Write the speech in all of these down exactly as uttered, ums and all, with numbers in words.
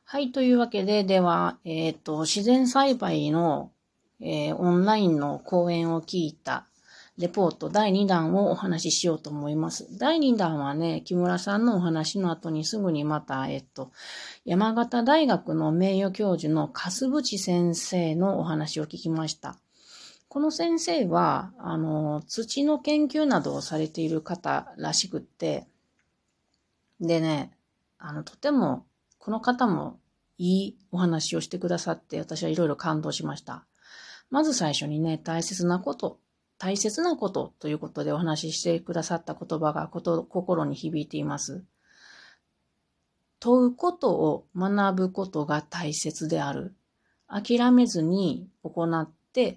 はい、というわけで、では、えっと、自然栽培の、えーオンラインの講演を聞いたレポートだいにだんをお話ししようと思います。だいにだんはね、木村さんのお話の後にすぐにまた、えっと、山形大学の名誉教授の粕渕先生のお話を聞きました。この先生は、あの、土の研究などをされている方らしくって、でね、あの、とても、この方もいいお話をしてくださって、私はいろいろ感動しました。まず最初にね、大切なこと、大切なことということでお話ししてくださった言葉がこと心に響いています。問うことを学ぶことが大切である。諦めずに行って、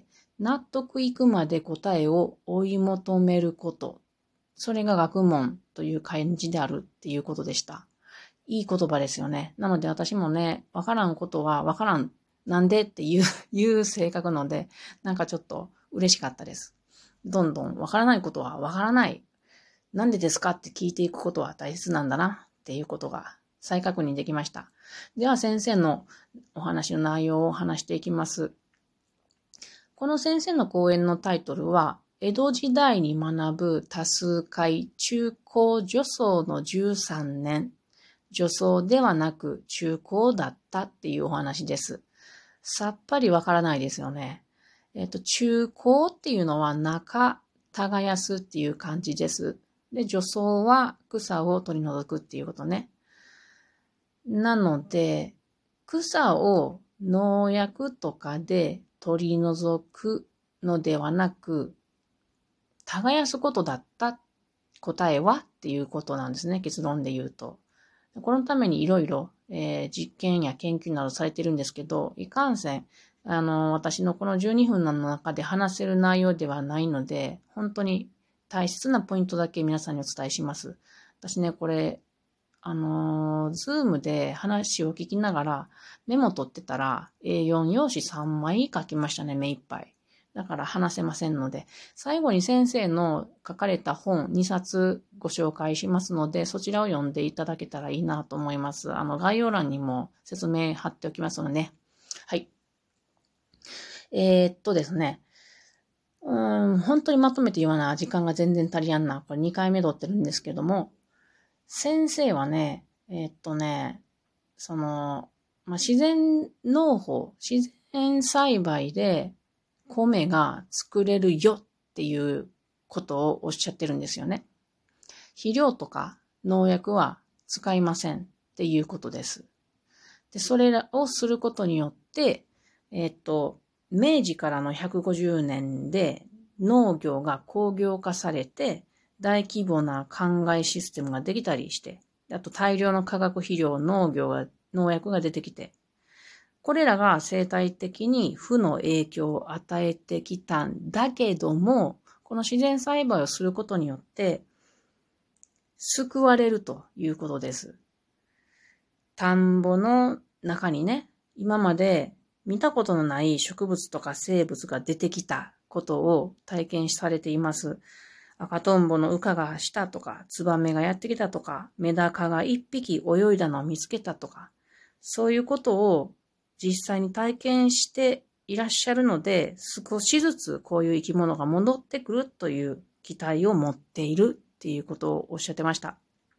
納得いくまで答えを追い求めること。それが学問という感じであるっていうことでした。いい言葉ですよね。なので私もね、わからんことはわからん。なんでっていう、いう性格ので、なんかちょっと嬉しかったです。どんどんわからないことはわからない。なんでですかって聞いていくことは大切なんだなっていうことが再確認できました。では先生のお話の内容を話していきます。この先生の講演のタイトルは、江戸時代に学ぶ多数回中高女装のじゅうさんねん。女装ではなく中高だったっていうお話です。さっぱりわからないですよね。えっと、中高っていうのは中、耕すっていう感じです。で、除草は草を取り除くっていうことね。なので、草を農薬とかで取り除くのではなく、耕すことだった答えはっていうことなんですね。結論で言うと。このためにいろいろ実験や研究などされてるんですけど、いかんせん、あの、私のこのじゅうにふんの中で話せる内容ではないので、本当に大切なポイントだけ皆さんにお伝えします。私ね、これ、あのー、ズームで話を聞きながらメモ取ってたら エーよん 用紙さんまい書きましたね、目いっぱい。だから話せませんので、最後に先生の書かれた本にさつご紹介しますので、そちらを読んでいただけたらいいなと思います。あの、概要欄にも説明貼っておきますのでね。はい。えー、っとですね。うーん、本当にまとめて言わな、時間が全然足りやんな。これにかいめ取ってるんですけども、先生はね、えー、っとね、その、まあ、自然農法、自然栽培で米が作れるよっていうことをおっしゃってるんですよね。肥料とか農薬は使いませんっていうことです。で、それをすることによって、えっと、明治からのひゃくごじゅうねんで農業が工業化されて、大規模な灌漑システムができたりして、あと大量の化学肥料、農業が、農薬が出てきて、これらが生態的に負の影響を与えてきたんだけども、この自然栽培をすることによって、救われるということです。田んぼの中にね、今まで見たことのない植物とか生物が出てきたことを体験されています。赤とんぼの羽化がしたとか、ツバメがやってきたとか、メダカが一匹泳いだのを見つけたとか、そういうことを実際に体験していらっしゃるので、少しずつこういう生き物が戻ってくるという期待を持っているっていうことをおっしゃってました。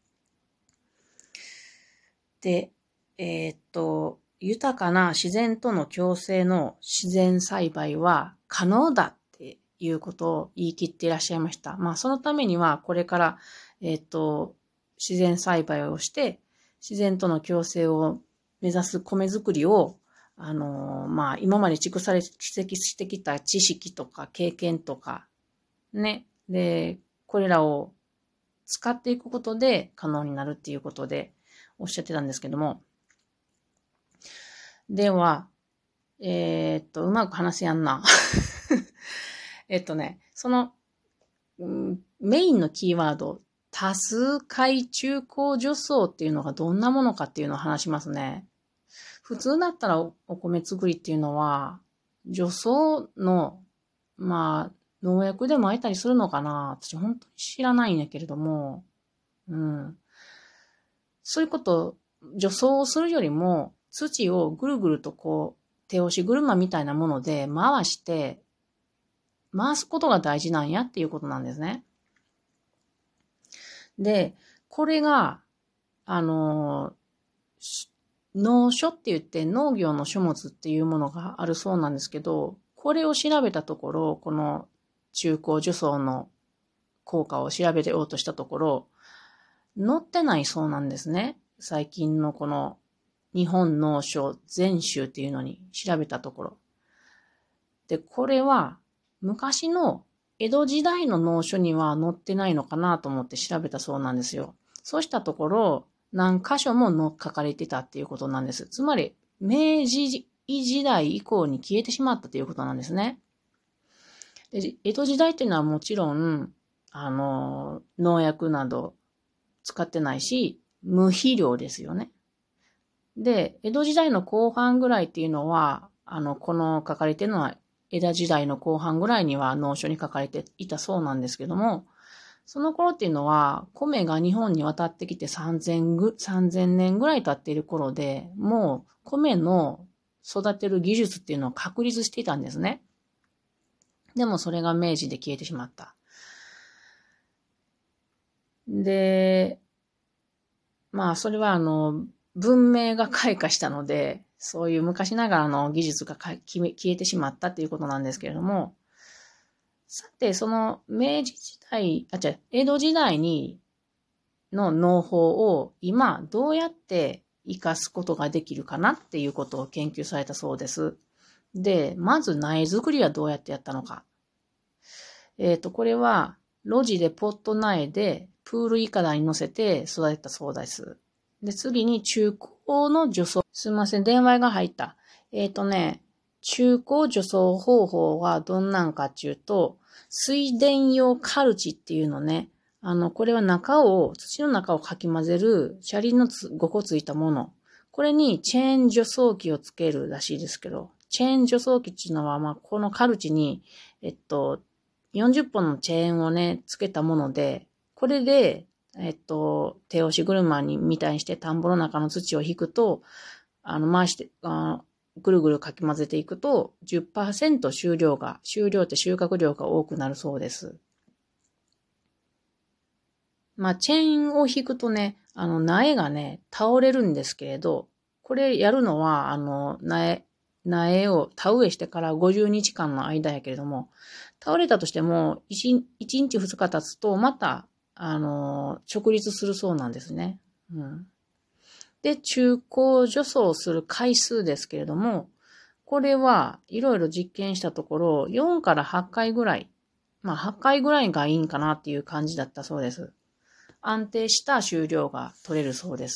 で、えー、っと、豊かな自然との共生の自然栽培は可能だっていうことを言い切っていらっしゃいました。まあ、そのためにはこれから、えー、っと、自然栽培をして、自然との共生を目指す米作りを、あのー、まあ、今まで蓄積してきた知識とか経験とか、ね。で、これらを使っていくことで可能になるっていうことでおっしゃってたんですけども。では、えー、っと、うまく話せやんな。えっとね、その、うん、メインのキーワード、多数回中高除草っていうのがどんなものかっていうのを話しますね。普通だったらお米作りっていうのは、除草の、まあ、農薬で撒いたりするのかな、私本当に知らないんだけれども、うん。そういうこと、除草をするよりも、 土をぐるぐるとこう、手押し車みたいなもので回して、回すことが大事なんやっていうことなんですね。で、これが、あの、農書って言って農業の書物っていうものがあるそうなんですけど、これを調べたところ、この中高受賞の効果を調べてようとしたところ、載ってないそうなんですね。最近のこの日本農書全集っていうのに調べたところ。で、これは昔の江戸時代の農書には載ってないのかなと思って調べたそうなんですよ。そうしたところ、何箇所もの書かれてたっていうことなんです。つまり、明治時代以降に消えてしまったということなんですね。で、江戸時代っていうのはもちろん、あの、農薬など使ってないし、無肥料ですよね。で、江戸時代の後半ぐらいっていうのは、あの、この書かれてるのは、江戸時代の後半ぐらいには農書に書かれていたそうなんですけども、その頃っていうのは、米が日本に渡ってきてさんぜんぐ、さんぜんねんぐらい経っている頃で、もう米の育てる技術っていうのを確立していたんですね。でもそれが明治で消えてしまった。で、まあそれはあの、文明が開花したので、そういう昔ながらの技術が消えてしまったっていうことなんですけれども、さて、その明治時代、あ、違う、江戸時代にの農法を今どうやって活かすことができるかなっていうことを研究されたそうです。で、まず苗作りはどうやってやったのか。えっと、これは露地でポット苗でプールいかだに乗せて育てたそうです。で、次に中高の除草。すいません、電話が入った。えっとね、中高除草方法はどんなんかっていうと、水田用カルチっていうのね、あの、これは中を、土の中をかき混ぜる、車輪のごこついたもの。これにチェーン除草機をつけるらしいですけど、チェーン除草機っていうのは、まあ、このカルチに、えっと、よんじゅっぽんのチェーンをね、つけたもので、これで、えっと、手押し車に、みたいにして田んぼの中の土を引くと、あの、回して、あぐるぐるかき混ぜていくと、じゅっパーセント 収量が、収量って収穫量が多くなるそうです。まあ、チェーンを引くとね、あの、苗がね、倒れるんですけれど、これやるのは、あの、苗、苗を田植えしてからごじゅうにちかんの間やけれども、倒れたとしても、いちにちふつか経つと、また、あの、直立するそうなんですね。うん。で、中高除草する回数ですけれども、これはいろいろ実験したところ、よんからはちかいぐらい、まあはちかいぐらいがいいんかなっていう感じだったそうです。安定した収量が取れるそうです。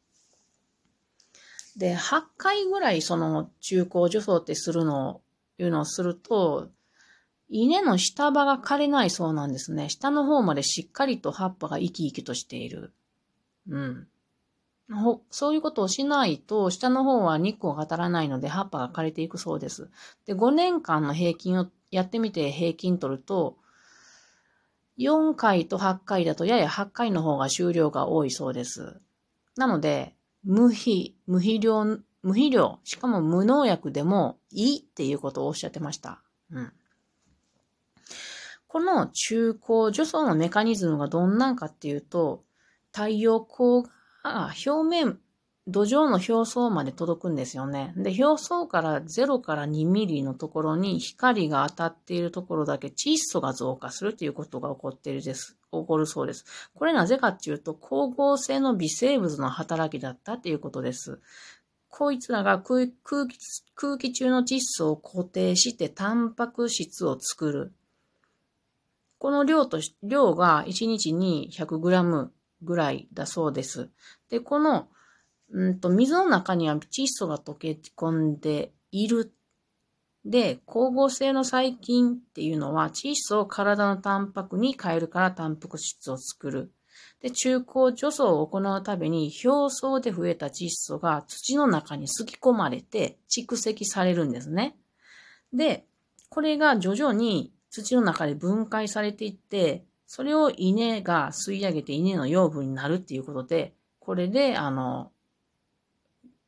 で、はちかいぐらいその中高除草ってするのを、いうのをすると、稲の下葉が枯れないそうなんですね。下の方までしっかりと葉っぱが生き生きとしている。うん。そういうことをしないと、下の方は日光が当たらないので葉っぱが枯れていくそうです。で、ごねんかんの平均をやってみて平均取ると、よんかいとはちかいだとややはちかいの方が収量が多いそうです。なので、無肥、無肥料、無肥料、しかも無農薬でもいいっていうことをおっしゃってました。うん。この中高除草のメカニズムがどんなんかっていうと、太陽光が表面、土壌の表層まで届くんですよね。で、表層からゼロからにミリのところに光が当たっているところだけ窒素が増加するということが起こっているです。起こるそうです。これなぜかっていうと、光合成の微生物の働きだったっていうことです。こいつらが空気、空気中の窒素を固定してタンパク質を作る。この量とし、量がいちにちに ひゃくグラム ぐらいだそうです。で、この、うんと、水の中には窒素が溶け込んでいる。で、光合成の細菌っていうのは窒素を体のタンパクに変えるからタンパク質を作る。で、中高除草を行うたびに表層で増えた窒素が土の中にすき込まれて蓄積されるんですね。で、これが徐々に土の中で分解されていって、それを稲が吸い上げて稲の養分になるっていうことで、これで、あの、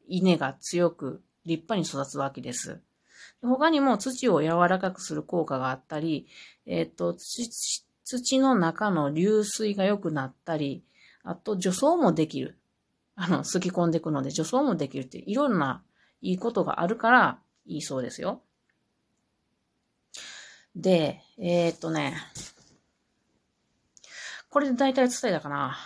稲が強く立派に育つわけです。他にも土を柔らかくする効果があったり、えっと、土、土の中の流水が良くなったり、あと除草もできる。あの、すき込んでいくので除草もできるっていろんないいことがあるからいいそうですよ。で、えー、っとね、これで大体伝えたかな。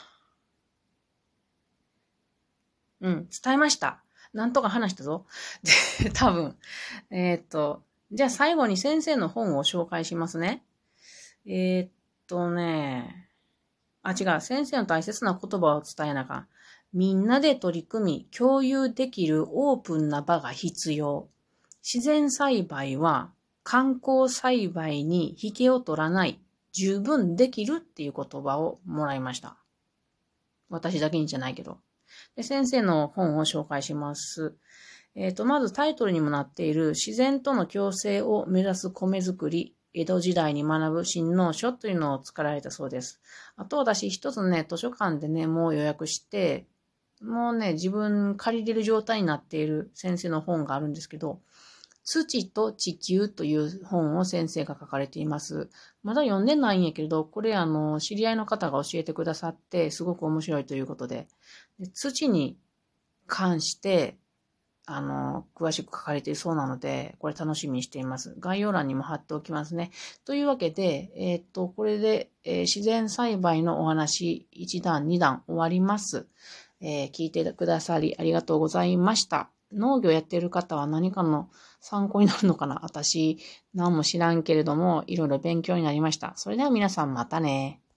うん、伝えました。なんとか話したぞ。で、多分。えー、っと、じゃあ最後に先生の本を紹介しますね。えー、っとね、あ、違う。先生の大切な言葉を伝えなあかん。みんなで取り組み、共有できるオープンな場が必要。自然栽培は観光栽培に引けを取らない、十分できるっていう言葉をもらいました。私だけにじゃないけど。で、先生の本を紹介します。えっと、まずタイトルにもなっている自然との共生を目指す米作り、江戸時代に学ぶ新農書というのを作られたそうです。あと私一つね、図書館でね、もう予約して、もうね、自分借りれる状態になっている先生の本があるんですけど、土と地球という本を先生が書かれています。まだ読んでないんやけど、これあの、知り合いの方が教えてくださって、すごく面白いということで、で土に関して、あの、詳しく書かれているそうなので、これ楽しみにしています。概要欄にも貼っておきますね。というわけで、えー、っと、これで、えー、自然栽培のお話、いちだん、にだん終わります。えー、聞いてくださりありがとうございました。農業やっている方は何かの参考になるのかな？私、何も知らんけれども、いろいろ勉強になりました。それでは皆さんまたね。